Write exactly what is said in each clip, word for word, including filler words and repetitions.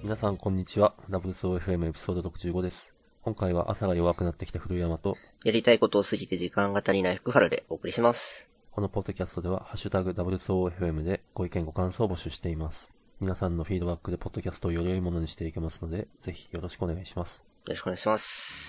皆さんこんにちは。ダブルユーオーエフエム エピソードろくじゅうごです。今回は朝が弱くなってきた古山と、 やりたいことを過ぎて時間が足りない福原でお送りします。 このポッドキャストでは、ハッシュタグ ダブリューユーオーエフエム でご意見ご感想を募集しています。皆さんのフィードバックでポッドキャストをより良いものにしていけますので、ぜひよろしくお願いします。 よろしくお願いします。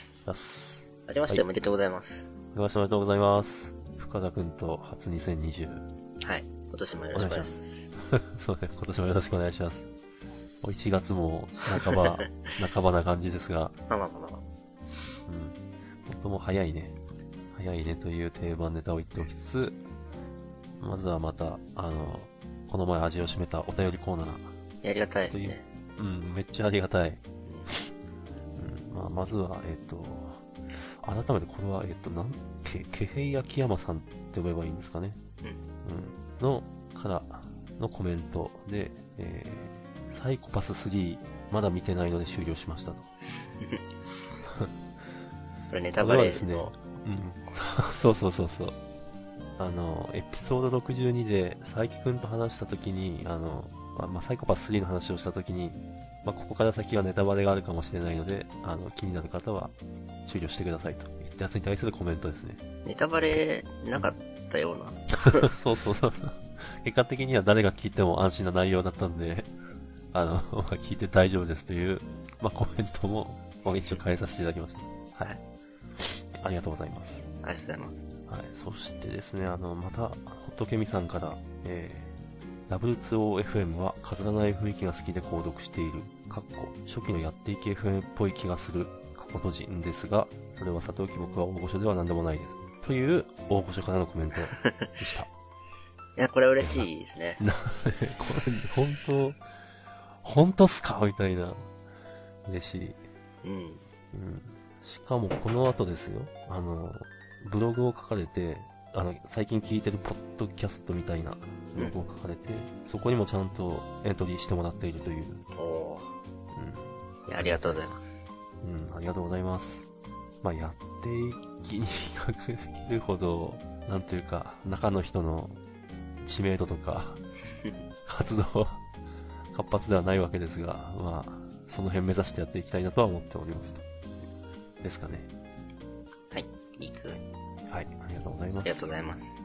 よし。 ありまして、はい、おめでとうございます。 ありましておめでとうございます。深田くんと初にせんにじゅう。 はい。今年もよろしくお願いします。 そうです。今年もよろしくお願いします。いちがつも半ば、半ばな感じですが。 まあまあまあまあ。 うん。本当も早いね。早いねという定番ネタを言っておきつつ、まずはまた、あの、この前味を占めたお便りコーナー。 ありがたいですね。 うん、めっちゃありがたい。うんまあ、まずは、えっ、ー、と、改めてこれは、えっ、ー、と、なん、け、ケヘイ秋山さんって呼べばいいんですかね。うん。うん、の、からのコメントで、えー、サイコパススリー、まだ見てないので終了しましたと。 これネタバレの。 ですね。うん。そうそうそうそう。あの、エピソードろくじゅうにで、佐伯くんと話したときに、あの、まあ、サイコパススリーの話をしたときに、まあ、ここから先はネタバレがあるかもしれないので、あの、気になる方は終了してくださいと言ったやつに対するコメントですね。 ネタバレなかったような。そうそうそう。結果的には誰が聞いても安心な内容だったんで、あの、聞いて大丈夫ですという、まあ、コメントも、まあ、一応変えさせていただきました。はい。ありがとうございます。 ありがとうございます。 はい。そしてですね、あの、また、ホットケミさんから、えー、ダブリューツーオーエフエム は飾らない雰囲気が好きで購読している、かっこ、初期のやっていけ エフエム っぽい気がする、かっこ閉じんですが、それはさておき僕は大御所では何でもないです。という大御所からのコメントでした。いや、これは嬉しいですね。 な、これ、本当本当っすかみたいな。嬉しい。 うん。うん。 しかもこの後ですよ、あの、ブログを書かれて、あの、最近聞いてるポッドキャストみたいなブログを書かれて、うん、そこにもちゃんとエントリーしてもらっているという。 おー。うん。いや、ありがとうございます。 うん、ありがとうございます。まあ、やっていきに比べるほど、なんというか、中の人の知名度とか、活動、活発ではないわけですが、まあ、その辺目指してやっていきたいなとは思っておりますと。ですかね。 はい、いいつ。はい、 ありがとうございます。 ありがとうございます。はい、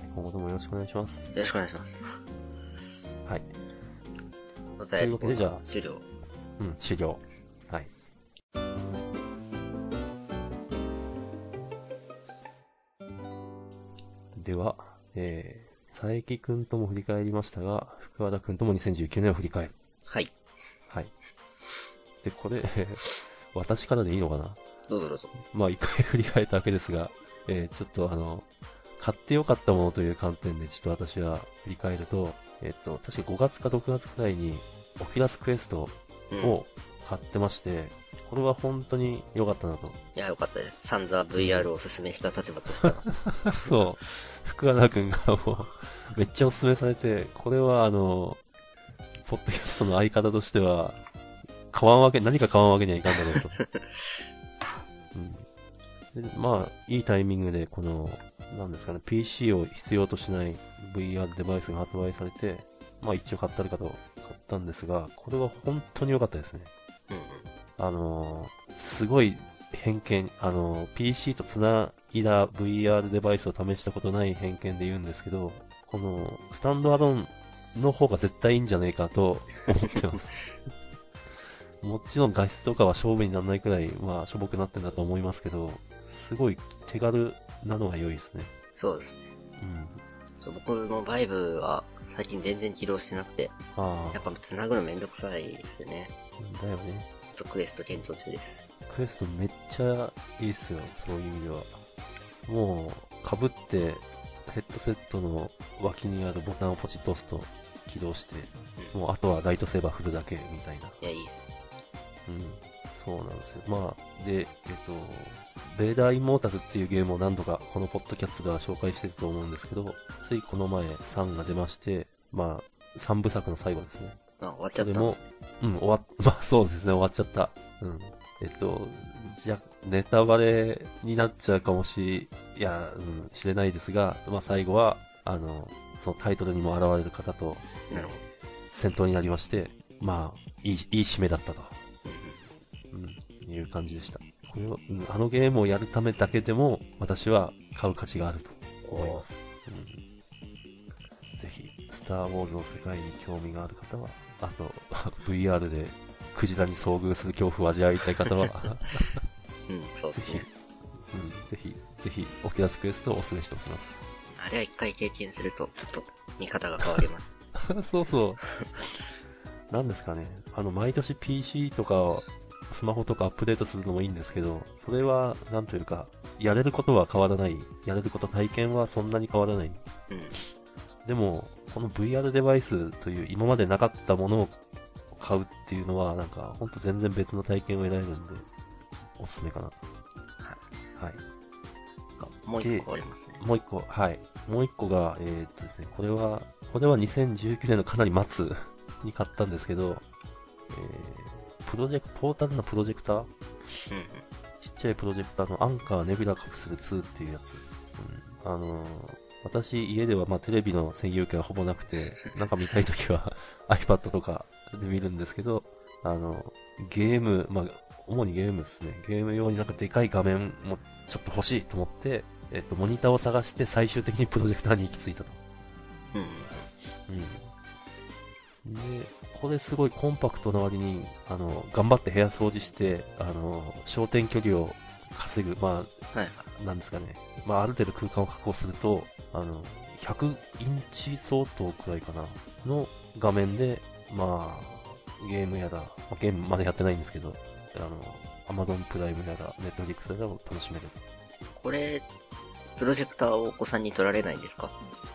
今後ともよろしくお願いします。 よろしくお願いします。 はい。 というわけで、じゃあ、終了。 うん、終了。はい。では、えー、佐伯くんとも振り返りましたが、福和田くんともにせんじゅうきゅうねんを振り返る。 はい。 はい。で、これ、私からでいいのかな？ どうぞどうぞ。 まあ、一回振り返ったわけですが、えー、ちょっとあの、買ってよかったものという観点でちょっと私は振り返ると、えっと、確かごがつかろくがつくらいに、オキュラスクエストを買ってまして、うん、これは本当に良かったなと。 いや、良かったです。散々 ブイアール をおすすめした立場としては。 そう。福原くんがもう、めっちゃおすすめされて、これはあの、ポッドキャストの相方としては、買わんわけ、何か買わんわけにはいかんだろうと。うん、でまあ、いいタイミングで、この、なんですかね、ピーシー を必要としない ブイアール デバイスが発売されて、まあ一応買ったるかと買ったんですが、これは本当に良かったですね。 うんうん、 あのー、すごい偏見、あのー、ピーシー とつないだ ブイアール デバイスを試したことない偏見で言うんですけど、このスタンドアロンの方が絶対いいんじゃないかと思ってます。もちろん画質とかは勝負にならないくらい、まあ、しょぼくなってんだと思いますけど、すごい手軽なのが良いですね。 そうですね。うん。そう、僕のバイブは最近全然起動してなくて、あやっぱ繋ぐのめんどくさいですよね。 だよね。 ちょっとクエスト検討中です。 クエストめっちゃいいっすよ、そういう意味では。もう、被って、ヘッドセットの脇にあるボタンをポチッと押すと起動して、うん、もうあとはライトセーバー振るだけみたいな。 いや、いいっす。 うん、そうなんですよ。まあ、で、えっと、ベーダーインモータルっていうゲームを何度かこのポッドキャストでは紹介してると思うんですけど、ついこの前さんが出まして、まあ、さんぶさくの最後ですね。 あ、終わっちゃったんです。 それも、うん、終わっ、まあそうですね、終わっちゃった。うん。えっと、じゃ、ネタバレになっちゃうかもし、いや、うん、知れないですが、まあ最後は、あの、そのタイトルにも現れる方と、 なるほど。 戦闘になりまして、 まあ、いい、いい締めだったと。うん、いう感じでした。これを、うん、あのゲームをやるためだけでも、私は買う価値があると思います。うん、ぜひ、スター・ウォーズの世界に興味がある方は、あと、ブイアール でクジラに遭遇する恐怖を味わいたい方は、 うん、そうですね。 ぜひ、うん、ぜひ、ぜひ、オキュラスクエストをお勧めしておきます。 あれは一回経験すると、ちょっと見方が変わります。 そうそう。なんですかね。あの、毎年 ピーシー とか、スマホとかアップデートするのもいいんですけど、それは、なんというか、やれることは変わらない。やれること、体験はそんなに変わらない。 うん。 でも、この ブイアール デバイスという今までなかったものを買うっていうのは、なんか、ほんと全然別の体験を得られるんで、おすすめかな。はい。はい。 もう一個ありますね。 もう一個、はい。もう一個が、えー、っとですね、これは、これはにせんじゅうきゅうねんのかなり末に買ったんですけど、えー、プロジェクト、ポータルなプロジェクター、うん、ちっちゃいプロジェクターのアンカーネビュラカプセルツーっていうやつ。うん、あのー、私、家ではまあテレビの占有権はほぼなくて、なんか見たいときはiPad とかで見るんですけど、あの、ゲーム、まあ、主にゲームですね。ゲーム用になんかでかい画面もちょっと欲しいと思って、えっと、モニターを探して最終的にプロジェクターに行き着いたと。 うん。 うん。で、これすごいコンパクトな割に、あの、頑張って部屋掃除して、あの、焦点距離を稼ぐ、まあ、はいはい、なんですかね。まあ、ある程度空間を確保すると、あの、ひゃくインチ相当くらいかな、の画面で、まあ、ゲームやら、まあ、ゲームまでやってないんですけど、あの、Amazon プライムやら、Netflix やらを楽しめる。 これ、プロジェクターをお子さんに取られないんですか？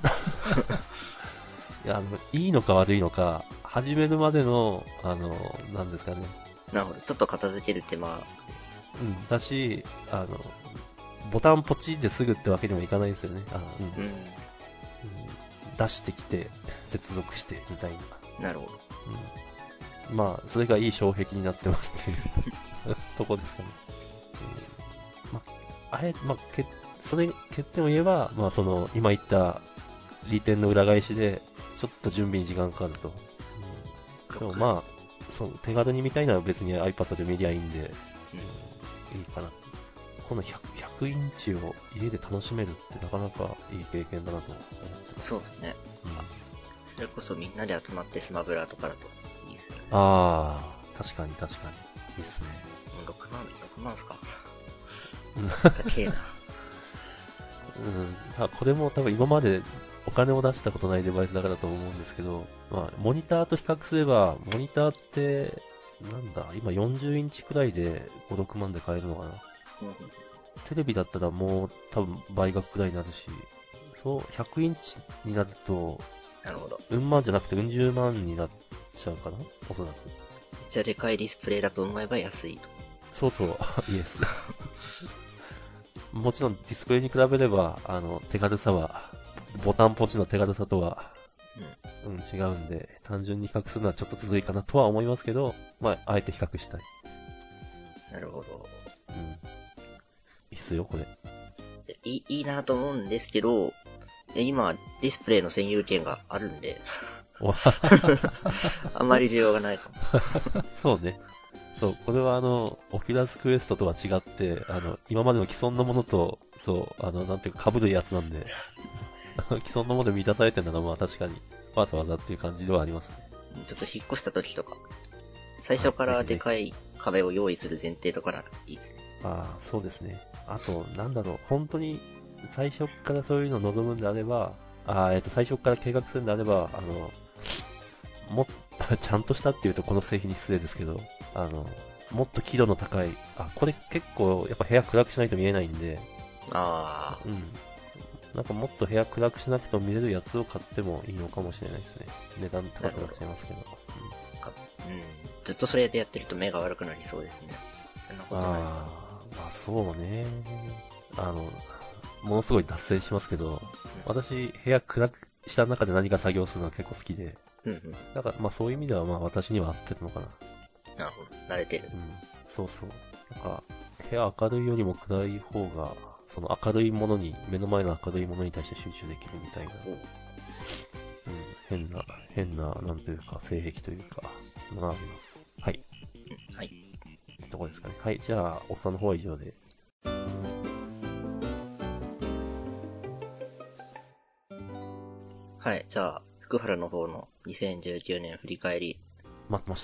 いや、あの、いいのか悪いのか、始めるまでの、あの、なんですかね。 なるほど。ちょっと片付ける手間。 うん、だし、あの、ボタンポチですぐってわけにもいかないんですよね。あのうん、うん、出してきて、接続してみたいな。なるほど。 うん、まあ、それがいい障壁になってますっていうとこですかね。うん、まあ、あえ、まあ、けそれ、欠点を言えば、まあ、その、今言った利点の裏返しで、ちょっと準備に時間かかると。うん、でもまあ、そう、手軽に見たいなら別に iPad で見りゃいいんで、うん、いいかな。この ひゃく, ひゃくインチを家で楽しめるってなかなかいい経験だなと思ってます。 そうですね。うん、それこそみんなで集まってスマブラとかだといいですよね。 ああ、確かに確かに。いいっすね。 ろくまん、ろくまんっすか。 うん。 高えな。 うん。これも多分今までお金を出したことないデバイスだからと思うんですけど、まあ、モニターと比較すれば、モニターって、なんだ、今よんじゅうインチくらいでご、ろくまんで買えるのかな。うん、テレビだったらもう多分倍額くらいになるし、そう、ひゃくインチになると、 なるほど。 うん万じゃなくてうん十万になっちゃうかな、おそらく。 めっちゃでかいディスプレイだと思えば安いと。 そうそう、イエス。もちろんディスプレイに比べれば、あの、手軽さは、ボタンポチの手軽さとは、うん、うん、違うんで、単純に比較するのはちょっとずるいかなとは思いますけど、まあ、あえて比較したい。 なるほど。 うん。いいっすよ、これ。 いい、いいなと思うんですけど、今、ディスプレイの占有権があるんで、あんまり需要がないかも。 そうね。そう、これはあの、オキュラスクエストとは違って、あの、今までの既存のものと、そう、あの、なんていうか被るやつなんで、既存のもので満たされてるのはまあ確かに、わざわざっていう感じではありますね。 ちょっと引っ越した時とか、最初からでかい壁を用意する前提とかならいいですね。 ああ、そうですね。あと、なんだろう、本当に最初からそういうのを望むんであれば、あえっと、最初から計画するんであれば、あの、も、ちゃんとしたっていうとこの製品に失礼ですけど、あの、もっと輝度の高い、あ、これ結構やっぱ部屋暗くしないと見えないんで、 ああ。 うん。なんかもっと部屋暗くしなくても見れるやつを買ってもいいのかもしれないですね。値段高くなっちゃいますけど。どうん、うん。ずっとそれでやってると目が悪くなりそうですね。そんなことないですか？ ああ、まあそうね。あの、ものすごい脱線しますけど、うん、私、部屋暗くした中で何か作業するのは結構好きで、うんうん。だからまあそういう意味ではまあ私には合ってるのかな。 なるほど。慣れてる。 うん。そうそう。なんか、部屋明るいよりも暗い方が、その明るいものに、目の前の明るいものに対して集中できるみたいな。うん。 変な、変な、なんというか、性癖というか、のがあります。はい。 うん、はい。 ってとこですかね。はい、じゃあ、おっさんの方は以上で。 はい、じゃあ、福原の方のにせんじゅうきゅうねん振り返り。 待ってました。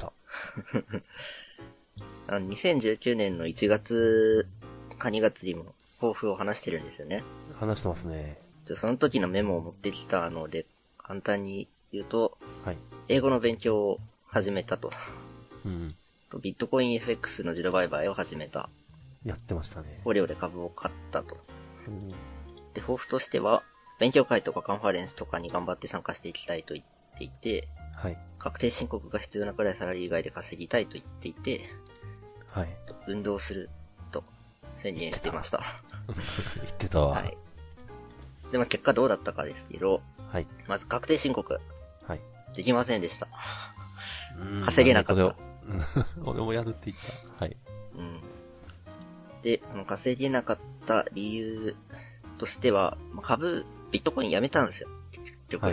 あのにせんじゅうきゅうねんのいちがつかにがつにも抱負を話してるんですよね。 話してますね。 じゃその時のメモを持ってきたので、簡単に言うと、 はい、 英語の勉強を始めたと。 うん、 とビットコイン エフエックス の自動売買を始めた。 やってましたね。 オレオで株を買ったと。 うん、 で、抱負としては、勉強会とかカンファレンスとかに頑張って参加していきたいと言っていて、 はい。 確定申告が必要なくらいサラリー以外で稼ぎたいと言っていて、 はい。 運動すると宣言していました。 言ってたわ。 はい。で、まあ結果どうだったかですけど、 はい。 まず確定申告。 はい。 できませんでした。 うん稼げなかった。 俺もやるって言った。はい。 うん。で、その稼げなかった理由としては、株、ビットコインやめたんですよ。結局。はい、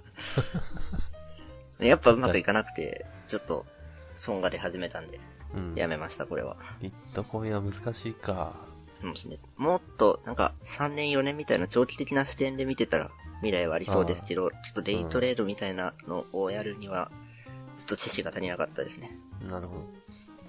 やっぱうまくいかなくて、ちょっと損が出始めたんで、やめました、これは。 ビットコインは難しいか。 そうですね。もっと、なんか、さんねんよねんみたいな長期的な視点で見てたら、未来はありそうですけど、ちょっとデイトレードみたいなのをやるには、ちょっと知識が足りなかったですね。 なるほど。うん。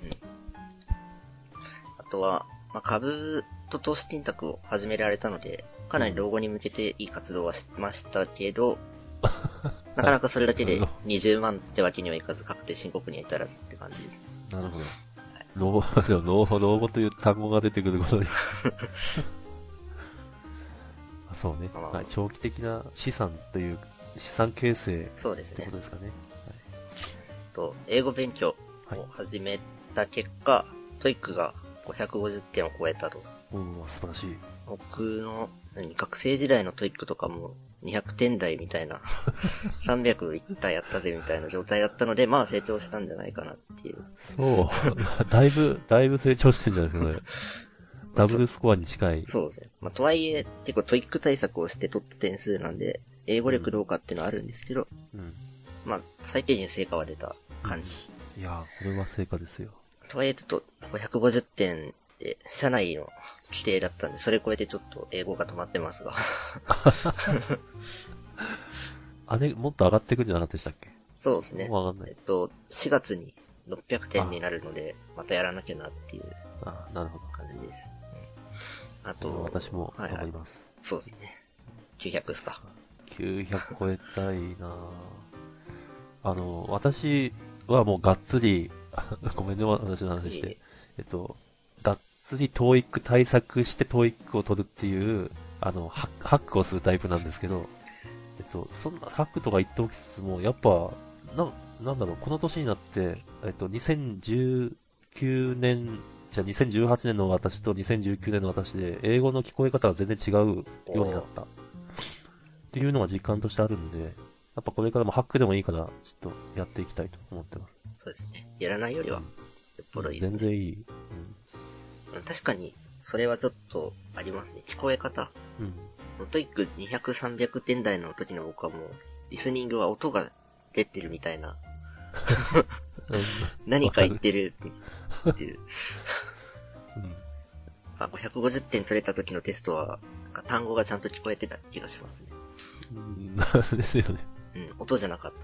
あとは、まあ、株と投資信託を始められたので、かなり老後に向けていい活動はしましたけど、なかなかそれだけでにじゅうまんってわけにはいかず、確定申告には至らずって感じです。 なるほど。老後、でも老後、老後という単語が出てくることに。そうね、はい。長期的な資産という、資産形成そうですね。 ってことですかね。はい、 と、英語勉強を始めた結果、はい、トイックがごひゃくごじゅってんを超えたと。 うん、素晴らしい。 僕の、何、学生時代のトイックとかもにひゃくてん台みたいな、さんびゃくいったやったぜみたいな状態だったので、まあ成長したんじゃないかなっていう。 そう。だいぶ、だいぶ成長してるんじゃないですか、それ。ダブルスコアに近い。 そうですね。まあ、とはいえ、結構トイック対策をして取った点数なんで、英語力どうかっていうのはあるんですけど、うん。まあ、最低限成果は出た感じ。 うん、いやー、これは成果ですよ。 とはいえちょっと、ごひゃくごじゅってんで、社内の規定だったんで、それ超えてちょっと英語が止まってますが。 あれ、もっと上がっていくんじゃなかったでしたっけ？ そうですね。 もう上がんない。 えっと、しがつにろっぴゃくてんになるので、またやらなきゃなっていうああ、なるほど。 感じです。あと、 私も頑張ります。 はいはい、そうですね。きゅうひゃくですか。 きゅうひゃく超えたいなあの、私はもうがっつり、ごめんね、私の話して。えっと、がっつり トーイック 対策して トーイック を取るっていう、あの、ハックをするタイプなんですけど、えっと、そんなハックとか言っておきつつも、やっぱ、な、なんだろう、この年になって、えっと、にせんじゅうきゅうねん、じゃあにせんじゅうはちねんの私とにせんじゅうきゅうねんの私で、英語の聞こえ方が全然違うようになった。っていうのが実感としてあるんで、やっぱこれからもハックでもいいから、ちょっとやっていきたいと思ってます。 そうですね。やらないよりは、よっぽどいいですね。 全然いい。 うん、確かに、それはちょっとありますね。聞こえ方。うん。トイックにひゃく、さんびゃくてん台の時の僕はもう、リスニングは音が出てるみたいな。何か言ってるっていう。うん、まあ、ごひゃくごじゅってん取れた時のテストは、単語がちゃんと聞こえてた気がしますね。 うん、ですよね。 うん、音じゃなかった。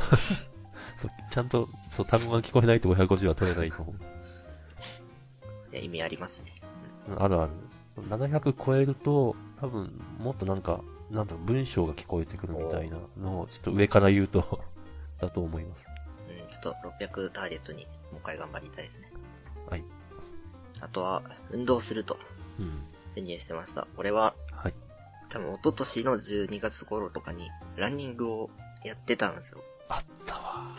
そう、ちゃんと、そう、単語が聞こえないとごひゃくごじゅうは取れないと思う。 いや、意味ありますね。 うん、あるある。ななひゃく超えると、多分、もっとなんか、なんだろう、文章が聞こえてくるみたいなのを、ちょっと上から言うと、だと思います。 うん、ちょっとろっぴゃくターゲットにもう一回頑張りたいですね。 はい。 あとは、運動すると、宣言してました。うん、俺は、はい。多分、一昨年のじゅうにがつ頃とかに、ランニングをやってたんですよ。 あったわ。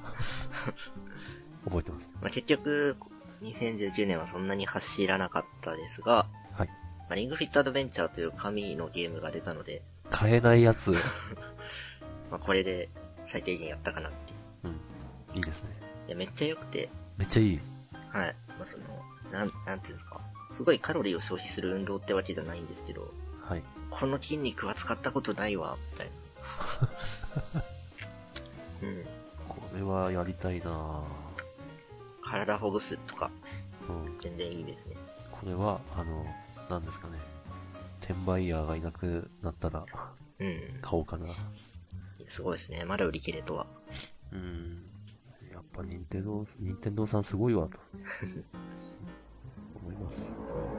覚えてます。 まあ、結局、にせんじゅうきゅうねんはそんなに走らなかったですが、はい。まあ、リングフィットアドベンチャーという紙のゲームが出たので、 買えないやつ。 まあこれで最低限やったかなっていう。 うん。いいですね。 いや、めっちゃ良くて。 めっちゃいい。 はい。まあ、その、なん、なんていうんですか。すごいカロリーを消費する運動ってわけじゃないんですけど、はい。この筋肉は使ったことないわ、みたいな。 うん。 これはやりたいなぁ。 体ほぐすとか、 うん。 全然いいですね。 これは、あの、なんですかね。転売ヤーがいなくなったら、 うん。 買おうかな。 すごいですね。まだ売り切れとは。 うん。やっぱ任天堂、任天堂さんすごいわ、と思います。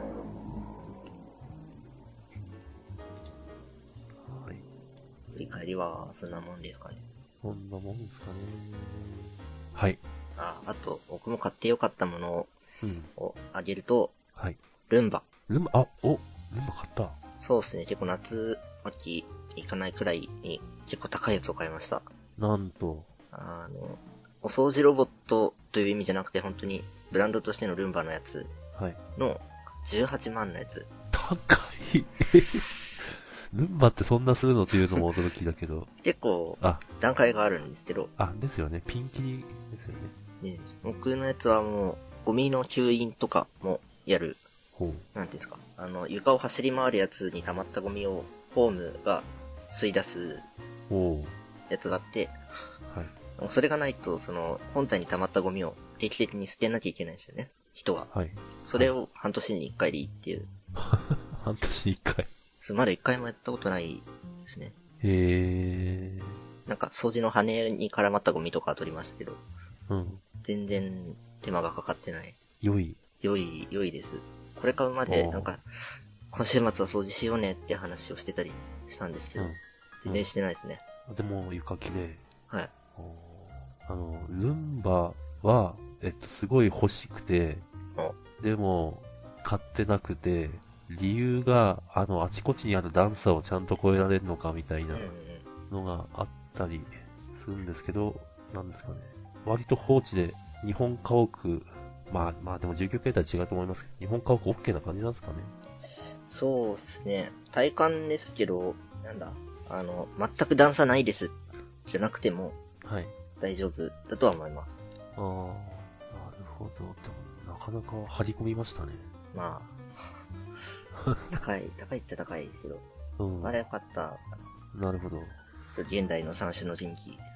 はい。 振り返りは、そんなもんですかね。 こんなもんですかね。はい。 あ、あと、僕も買ってよかったものうん。 をあげると、 はい。 ルンバ。 ルンバ、あ、お、ルンバ買った。 そうですね。結構夏、秋、行かないくらいに結構高いやつを買いました。 なんと。 あの、お掃除ロボットという意味じゃなくて、本当にブランドとしてのルンバのやつはい。 のじゅうはちまんのやつ。 高い。ルンバってそんなするのっていうのも驚きだけど。 結構、 あ、 段階があるんですけど、 あ、ですよね。ピンキリですよね。 ね、僕のやつはもう、ゴミの吸引とかもやる、 ほう。 なんていうんですか、あの、床を走り回るやつに溜まったゴミを、ホームが吸い出すおう。 やつがあって、 はい。 それがないと、その、本体に溜まったゴミを定期的に捨てなきゃいけないんですよね。人は。 はい。 それを半年に一回でいいっていう。 半年に一回。 まだ一回もやったことないですね。 へー。 なんか、掃除の羽に絡まったゴミとかは取りましたけど、 うん。 全然手間がかかってない。 良い。 良い、良いです。これ買うまで、なんか、今週末は掃除しようねって話をしてたりしたんですけど、 うん。 全然してないですね。 でも、床綺麗。 はい。 あの、ルンバは、えっと、すごい欲しくて、でも、買ってなくて、理由が、あの、あちこちにある段差をちゃんと越えられるのかみたいなのがあったりするんですけど、なんですかね。割と放置で、日本家屋、まあ、まあでも住居形態違うと思いますけど、日本家屋 OK な感じなんですかね。 そうですね。体感ですけど、なんだ、あの、全く段差ないですじゃなくてもはい。 大丈夫だとは思います。 ああ、なるほど。でも、なかなか張り込みましたね。 まあ、高い、高いっちゃ高いですけど、 うん。 あれよかったなるほど。 現代の三種の神器。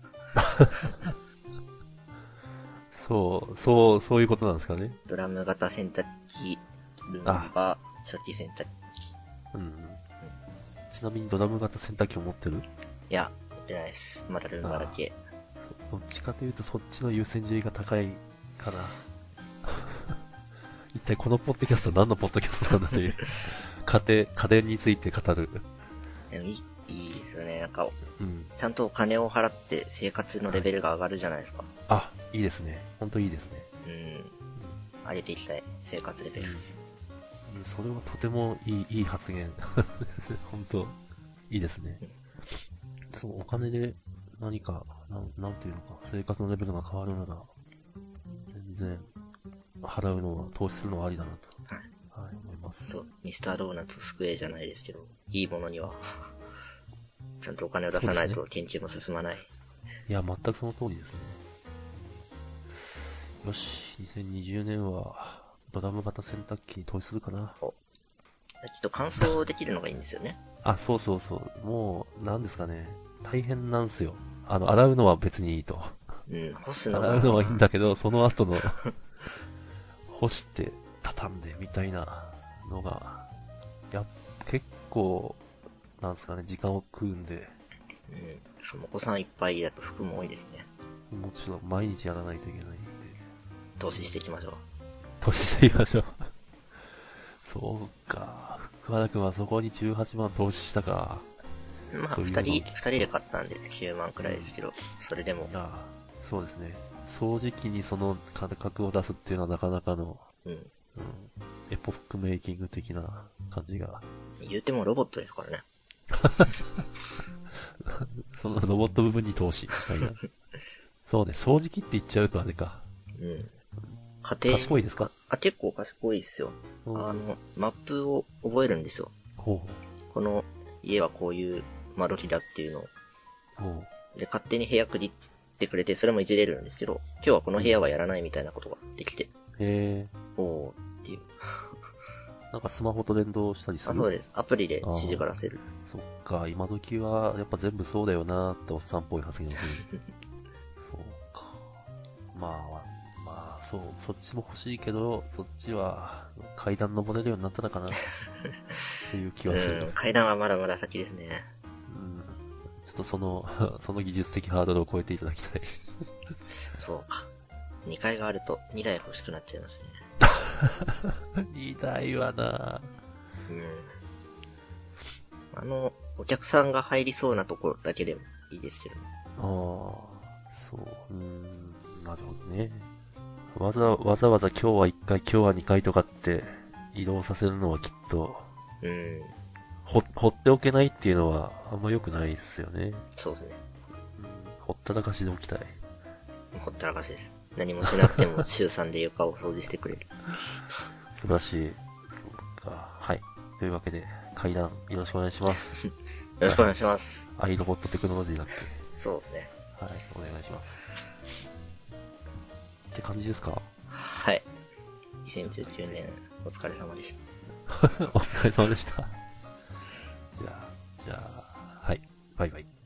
そう、そう、そういうことなんですかね。 ドラム型洗濯機、ルンバ、初期洗濯機。 うん、うん。ちなみにドラム型洗濯機を持ってる？ いや、持ってないです。まだルンバだけ。 どっちかというとそっちの優先順位が高いかな。一体このポッドキャストは何のポッドキャストなんだという。家庭、家電について語る。 でもいい、いいですよね。なんか、 うん。 ちゃんとお金を払って生活のレベルが上がるじゃないですか。はい、 あ、いいですね。ほんといいですね。 うん。上げていきたい。生活レベル。 うん、それはとてもいい、いい発言。ほんと、いいですね。そう、お金で何か、なん、なんていうのか、生活のレベルが変わるなら、全然、払うのは、投資するのはありだなと。 はい。 はい、思います。 そう、ミスタードーナツスクエじゃないですけど、いいものには、ちゃんとお金を出さないと研究も進まない。 いや、全くその通りですね。よし、にせんにじゅうねんは、ドラム型洗濯機に投資するかな。 お、きっと乾燥できるのがいいんですよね。 あ、そうそうそう。もう、なんですかね。大変なんすよ。あの、洗うのは別にいいと。 うん、干すのが。 洗うのはいいんだけど、その後の、干して、畳んで、みたいなのが、や、結構、なんですかね、時間を食うんで。 うん、そのお子さんいっぱいだと服も多いですね。 もちろん、毎日やらないといけないんで。 投資していきましょう。 投資していきましょう。そうか。福原くんはそこにじゅうはちまん投資したか。 まあ、二人、二人で買ったんできゅうまんくらいですけど、うん、それでも。 いや、そうですね。掃除機にその価格を出すっていうのはなかなかの、 うん。うん、 エポックメイキング的な感じが。 言うてもロボットですからね。 そのロボット部分に投資みたいな。そうね、掃除機って言っちゃうとあれか。 うん。家庭賢いですか？ あ、結構賢いですよ。あの、マップを覚えるんですよ。 ほう。 この家はこういう間取りだっていうのを。 ほう。で、勝手に部屋区切ってくれて、それもいじれるんですけど、今日はこの部屋はやらないみたいなことができて。 へえ。 おーっていう。 なんかスマホと連動したりする？ あ、そうです。アプリで指示が出せる。 そっか、今時はやっぱ全部そうだよなーっておっさんっぽい発言をする。そうか。まあ、まあ、そう、そっちも欲しいけど、そっちは階段登れるようになったのかなっていう気はする。 うん、階段はまだまだ先ですね。 うん。ちょっとその、その技術的ハードルを超えていただきたい。 そうか。にかいがあるとにだい欲しくなっちゃいますね。にだいはなうん。あの、お客さんが入りそうなところだけでもいいですけど。 ああ、そう、うーん、なるほどね。わざわざわざ今日はいっかい、今日はにかいとかって移動させるのはきっと、 うん。 ほ、放っておけないっていうのはあんま良くないですよね。 そうですね。 うん、ほったらかしでおきたい。 ほったらかしです。何もしなくても週さんで床を掃除してくれる。 素晴らしい。そうか。はい。というわけで、階段よろしくお願いします。 よろしくお願いします。 アイロボットテクノロジーだっけ？ そうですね。 はい、お願いします。って感じですか？ はい。にせんじゅうきゅうねん、お疲れ様でした。 お疲れ様でした。じゃあ、じゃあ、はい、バイバイ。